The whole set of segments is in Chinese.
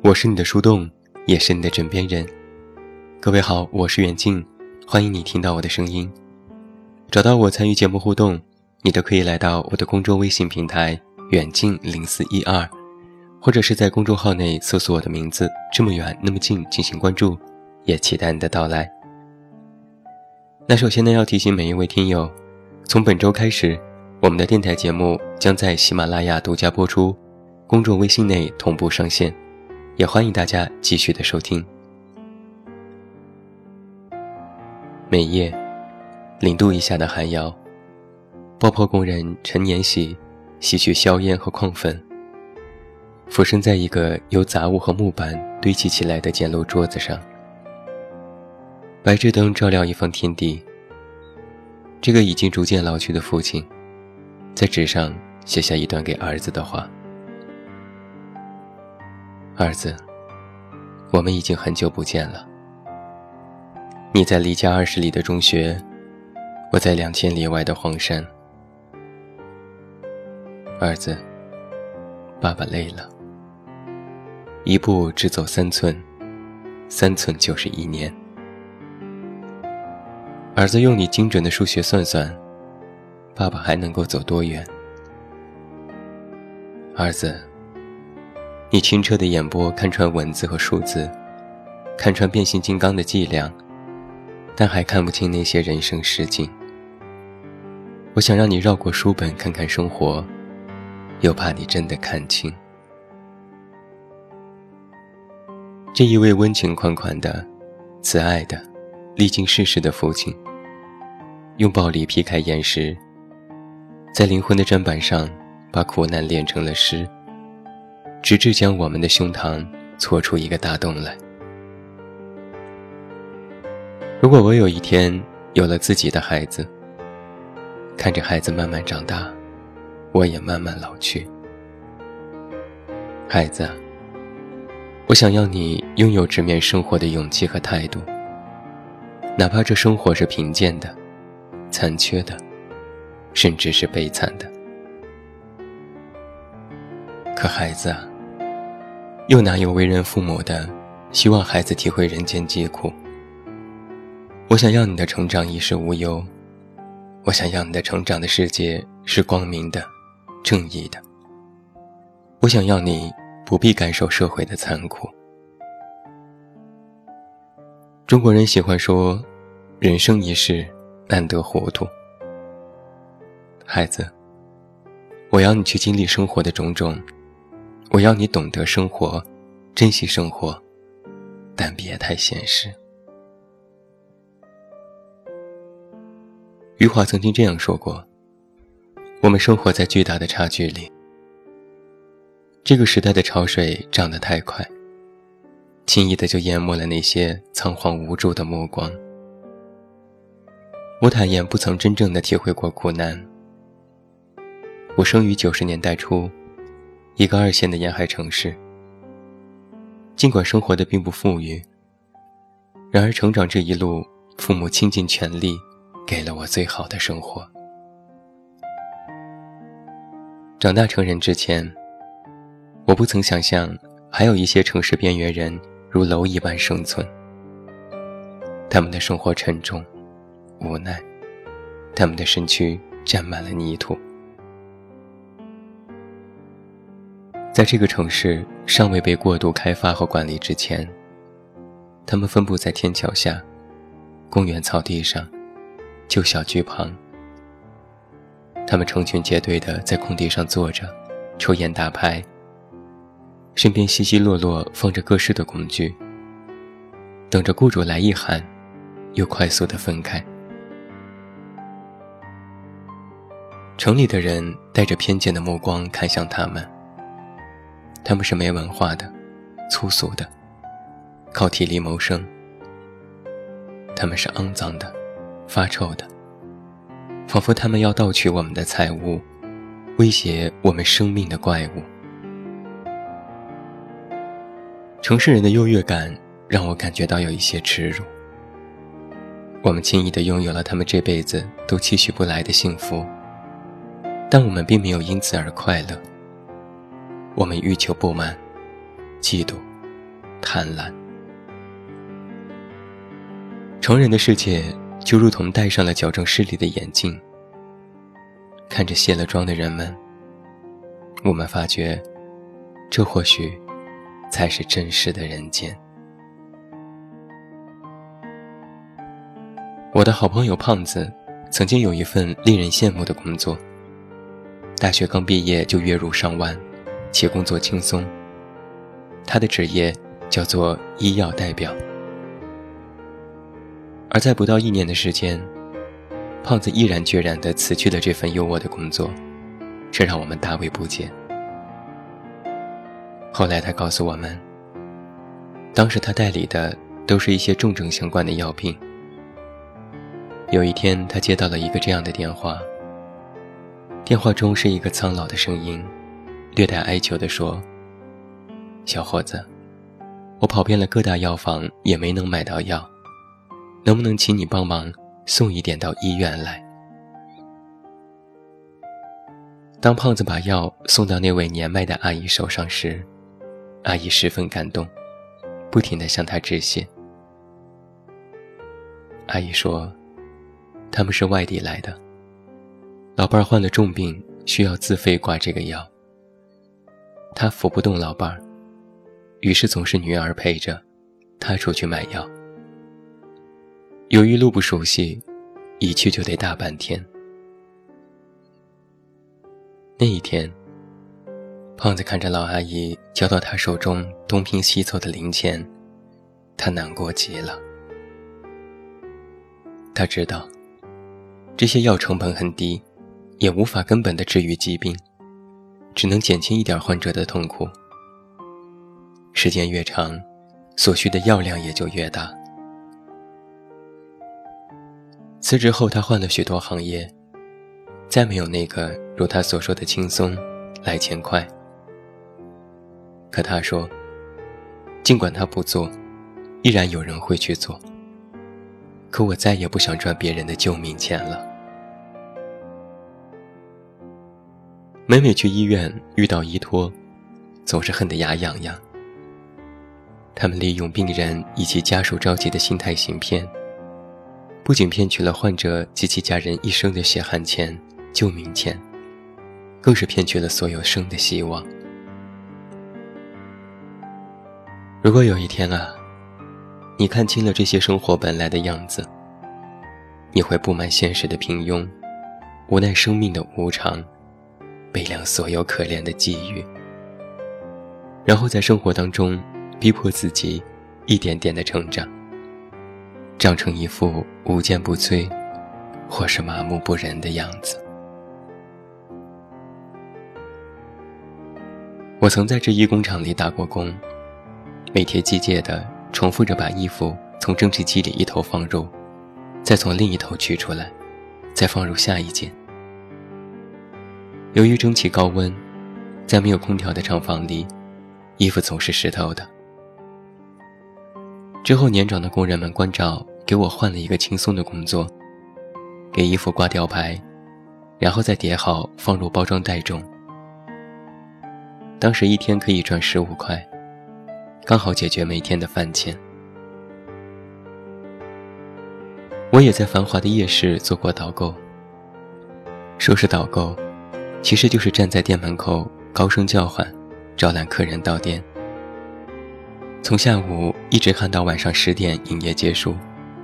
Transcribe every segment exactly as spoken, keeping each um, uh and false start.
我是你的树洞，也是你的枕边人。各位好，我是远近，欢迎你听到我的声音。找到我参与节目互动，你都可以来到我的公众微信平台远近零四一二，或者是在公众号内搜索我的名字这么远那么近进行关注，也期待你的到来。那首先呢，要提醒每一位听友，从本周开始，我们的电台节目将在喜马拉雅独家播出，公众微信内同步上线，也欢迎大家继续的收听。每夜零度以下的寒窑，爆破工人陈年喜吸取硝烟和矿粉，俯身在一个由杂物和木板堆砌起来的简陋桌子上。白炽灯照亮一方天地，这个已经逐渐老去的父亲在纸上写下一段给儿子的话：儿子，我们已经很久不见了。你在离家二十里的中学，我在两千里外的黄山。儿子，爸爸累了，一步只走三寸，三寸就是一年。儿子，用你精准的数学算算，爸爸还能够走多远？儿子，你清澈的眼波看穿文字和数字，看穿变形金刚的伎俩，但还看不清那些人生实境。我想让你绕过书本看看生活，又怕你真的看清。这一位温情款款的、慈爱的、历经世事的父亲，用暴力劈开岩石，在灵魂的砧板上把苦难炼成了诗，直至将我们的胸膛戳出一个大洞来。如果我有一天有了自己的孩子，看着孩子慢慢长大，我也慢慢老去。孩子，我想要你拥有直面生活的勇气和态度，哪怕这生活是贫贱的、残缺的，甚至是悲惨的。可孩子啊，又哪有为人父母的希望孩子体会人间疾苦？我想要你的成长衣食无忧，我想要你的成长的世界是光明的、正义的。我想要你不必感受社会的残酷。中国人喜欢说，人生一世，难得糊涂。孩子，我要你去经历生活的种种，我要你懂得生活，珍惜生活，但别太现实。余华曾经这样说过，我们生活在巨大的差距里。这个时代的潮水涨得太快，轻易的就淹没了那些仓皇无助的目光。我坦言不曾真正的体会过苦难。我生于九十年代初，一个二线的沿海城市。尽管生活的并不富裕，然而成长这一路，父母倾尽全力给了我最好的生活。长大成人之前，我不曾想象还有一些城市边缘人如蝼蚁般生存。他们的生活沉重无奈，他们的身躯沾满了泥土。在这个城市尚未被过度开发和管理之前，他们分布在天桥下、公园草地上、旧小区旁。他们成群结队地在空地上坐着，抽烟打牌，身边稀稀落落放着各式的工具，等着雇主来一喊，又快速地分开。城里的人带着偏见的目光看向他们，他们是没文化的、粗俗的，靠体力谋生。他们是肮脏的、发臭的，仿佛他们要盗取我们的财物，威胁我们生命的怪物。城市人的优越感让我感觉到有一些耻辱。我们轻易地拥有了他们这辈子都期许不来的幸福，但我们并没有因此而快乐。我们欲求不满，嫉妒， 贪婪。成人的世界就如同戴上了矫正视力的眼镜，看着卸了妆的人们，我们发觉这或许才是真实的人间。我的好朋友胖子曾经有一份令人羡慕的工作，大学刚毕业就月入上万，且工作轻松。他的职业叫做医药代表。而在不到一年的时间，胖子毅然决然地辞去了这份优渥的工作，这让我们大为不解。后来他告诉我们，当时他代理的都是一些重症相关的药病。有一天他接到了一个这样的电话，电话中是一个苍老的声音，略带哀求地说：小伙子，我跑遍了各大药房也没能买到药，能不能请你帮忙送一点到医院来？当胖子把药送到那位年迈的阿姨手上时，阿姨十分感动，不停地向他致谢。阿姨说，他们是外地来的，老伴儿患了重病，需要自费挂这个药。他扶不动老伴儿，于是总是女儿陪着他出去买药。由于路不熟悉，一去就得大半天。那一天，胖子看着老阿姨交到他手中东拼西凑的零钱，他难过极了。他知道这些药成本很低，也无法根本地治愈疾病，只能减轻一点患者的痛苦。时间越长，所需的药量也就越大。辞职后他换了许多行业，再没有那个如他所说的轻松，来钱快。可他说，尽管他不做，依然有人会去做。可我再也不想赚别人的救命钱了。每每去医院遇到医托，总是恨得牙痒痒。他们利用病人以及家属着急的心态行骗，不仅骗取了患者及其家人一生的血汗钱、救命钱，更是骗取了所有生的希望。如果有一天啊，你看清了这些生活本来的样子，你会不满现实的平庸，无奈生命的无常，悲凉所有可怜的际遇，然后在生活当中逼迫自己一点点的成长，长成一副无坚不摧或是麻木不仁的样子。我曾在制衣工厂里打过工，每天机械地重复着把衣服从蒸汽机里一头放入，再从另一头取出来，再放入下一件。由于蒸汽高温，在没有空调的厂房里，衣服总是湿透的。之后年长的工人们关照给我换了一个轻松的工作，给衣服挂吊牌，然后再叠好放入包装袋中。当时一天可以赚十五块，刚好解决每天的饭钱。我也在繁华的夜市做过导购。说是导购，其实就是站在店门口高声叫唤，招揽客人到店，从下午一直喊到晚上十点营业结束。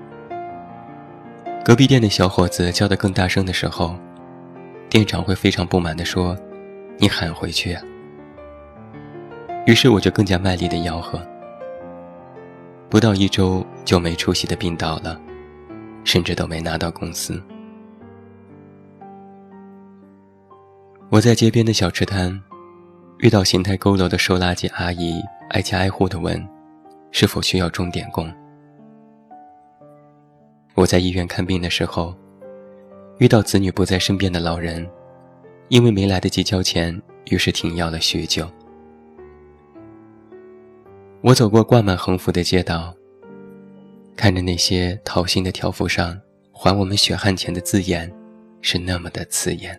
隔壁店的小伙子叫得更大声的时候，店长会非常不满地说，你喊回去啊。于是我就更加卖力地吆喝。不到一周就没出息的病倒了，甚至都没拿到工资。我在街边的小吃摊遇到形态佝偻的收垃圾阿姨，挨家挨户地问是否需要钟点工。我在医院看病的时候，遇到子女不在身边的老人，因为没来得及交钱，于是停药了许久。我走过挂满横幅的街道，看着那些讨薪的条幅上还我们血汗钱的字眼是那么的刺眼。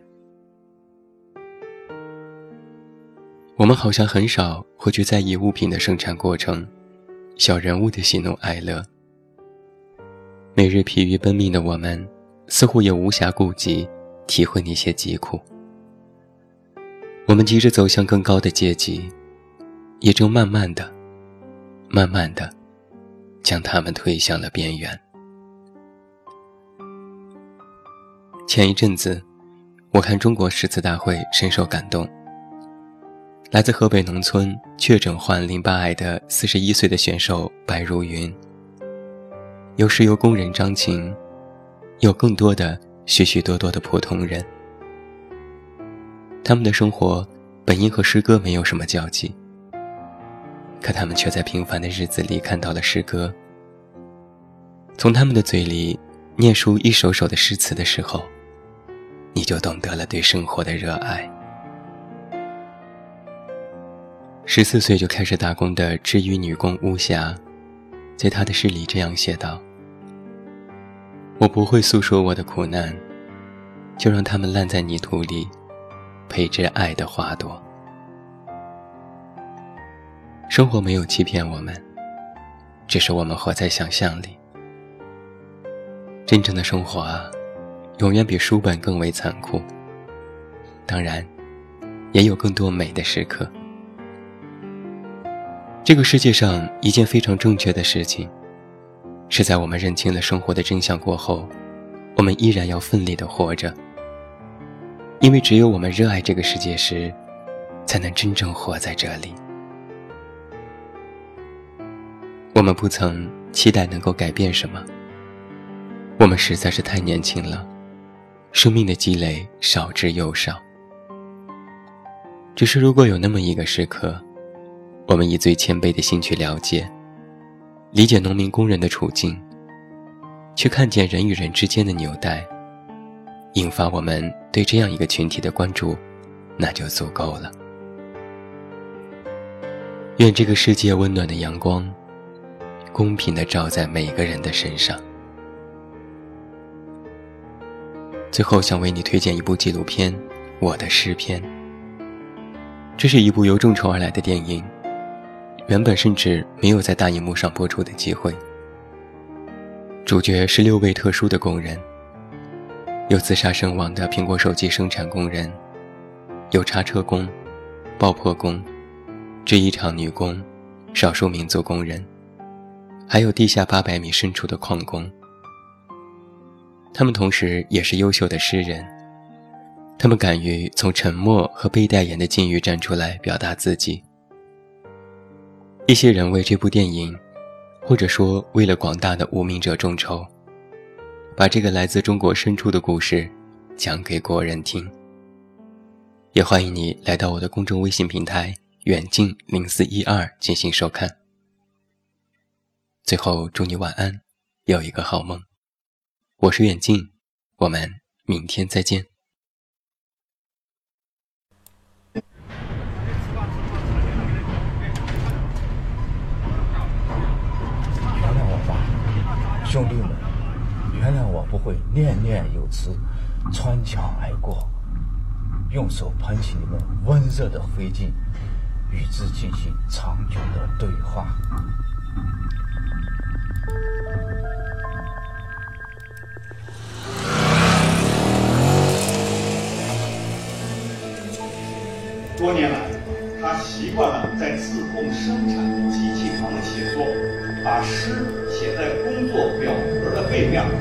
我们好像很少会去在意物品的生产过程， 小人物的喜怒哀乐。每日疲于奔命的我们，似乎也无暇顾及体会那些疾苦。我们急着走向更高的阶级，也正慢慢的慢慢的将他们推向了边缘。前一阵子我看中国诗词大会深受感动。来自河北农村确诊患淋巴癌的四十一岁的选手白如云，有石油工人张琴，有更多的许许多多的普通人。他们的生活本应和诗歌没有什么交集，可他们却在平凡的日子里看到了诗歌。从他们的嘴里念出一首首的诗词的时候，你就懂得了对生活的热爱。十四岁就开始打工的织衣女工巫霞，在她的诗里这样写道：我不会诉说我的苦难，就让它们烂在泥土里，配置爱的花朵。生活没有欺骗我们，只是我们活在想象里。真正的生活啊，永远比书本更为残酷，当然也有更多美的时刻。这个世界上一件非常正确的事情，是在我们认清了生活的真相过后，我们依然要奋力地活着。因为只有我们热爱这个世界时，才能真正活在这里。我们不曾期待能够改变什么，我们实在是太年轻了，生命的积累少之又少。只是如果有那么一个时刻，我们以最谦卑的心去了解理解农民工人的处境，去看见人与人之间的纽带，引发我们对这样一个群体的关注，那就足够了。愿这个世界温暖的阳光公平地照在每个人的身上。最后想为你推荐一部纪录片《我的诗篇》。这是一部由众筹而来的电影，原本甚至没有在大荧幕上播出的机会。主角是六位特殊的工人，有自杀身亡的苹果手机生产工人，有叉车工、爆破工、制衣厂女工、少数民族工人，还有地下八百米深处的矿工。他们同时也是优秀的诗人，他们敢于从沉默和被代言的境遇站出来表达自己。一些人为这部电影，或者说为了广大的无名者众筹，把这个来自中国深处的故事讲给国人听。也欢迎你来到我的公众微信平台远近零四一二进行收看。最后祝你晚安，有一个好梦。我是远近，我们明天再见。 原谅我吧，兄弟们，原谅我不会念念有词，穿墙而过，用手捧起你们温热的灰烬，与之进行长久的对话。 多年来，他习惯了在自动生产的机器旁写作，把诗写在工作表格的背面。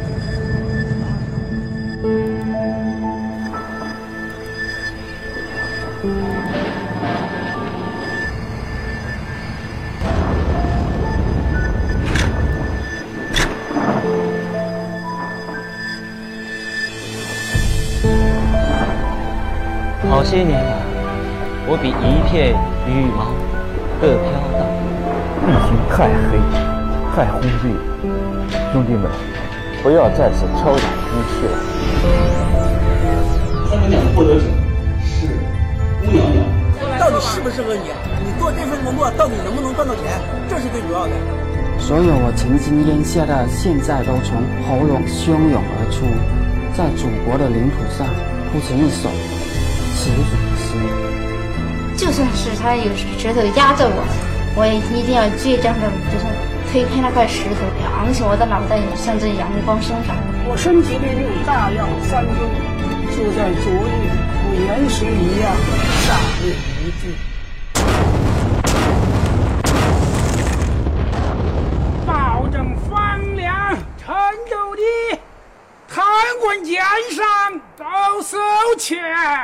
好些年了，我比一片羽毛更飘荡。 已经太黑，太昏绿了，兄弟们，不要再次敲打空气了。 三等奖的获得者是巫瑶瑶。 到底适不适合你？你做这份工作到底能不能赚到钱？这是最主要的。 所有我曾经咽下的，现在都从喉咙汹涌而出，在祖国的领土上铺成一首词组的诗。 就算是他有石头压着我， 我也一定要倔强的，就是推开那块石头，昂起我的脑袋，向着阳光生长。 我身体里有大药三根，就在昨日，如原石一样炸裂无惧。 保证方量，成就的贪官奸商都收钱。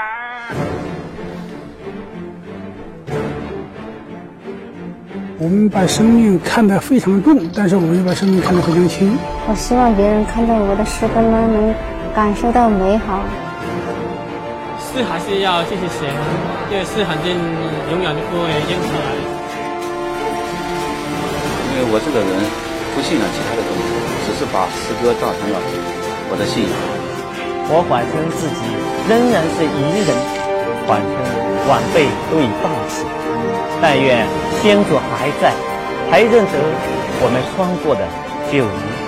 我们把生命看得非常重，但是我们又把生命看得非常轻。 我希望别人看到我的诗歌呢，能感受到美好。 诗还是要继续写，因为诗肯定永远都不会淹起来。 因为我这个人不信仰其他的东西，只是把诗歌当成了我的信仰。 我缓称自己仍然是一人，缓称晚辈都已放弃。但愿先祖还在，还认得我们穿过的旧泥。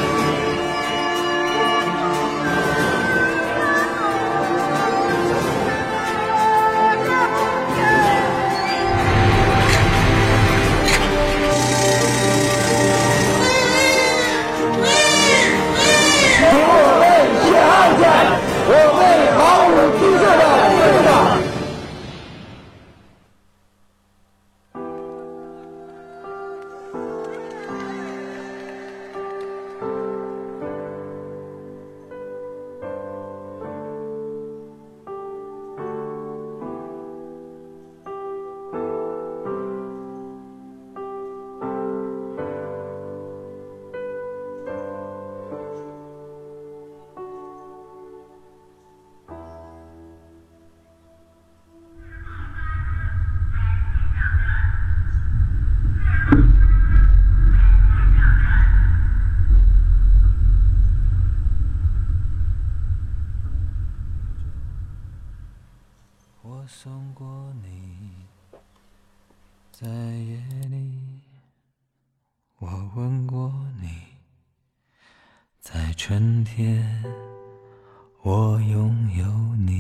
我送过你，在夜里，我吻过你，在春天，我拥有你，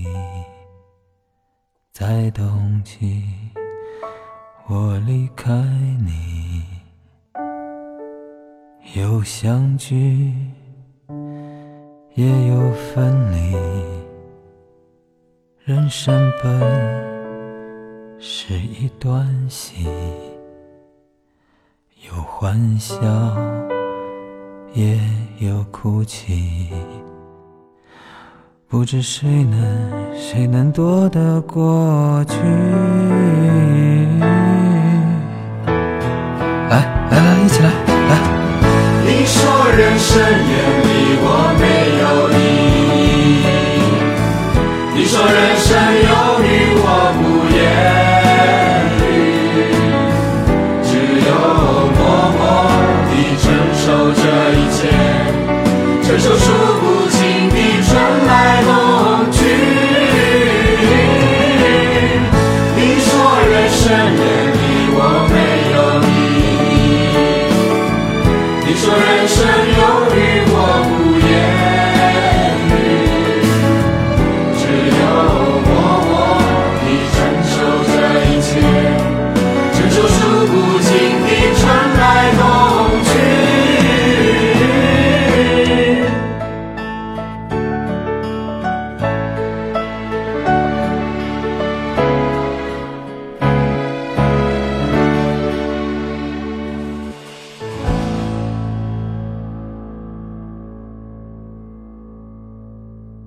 在冬季，我离开你，有相聚，也有分离。人生本是一段戏，有欢笑，也有哭泣。不知谁能谁能躲得过去。来来来，一起来来。 你说人生眼里我没有意义，你说人生有你我无言语，只有默默地承受这一切，承受数不尽的春来冬去。你说人生眼里我没有意义，你说人生有你我无言语，只有默默地承受这一切，承受数不尽的春来冬去。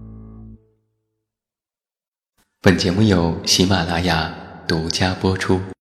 本节目由喜马拉雅独家播出。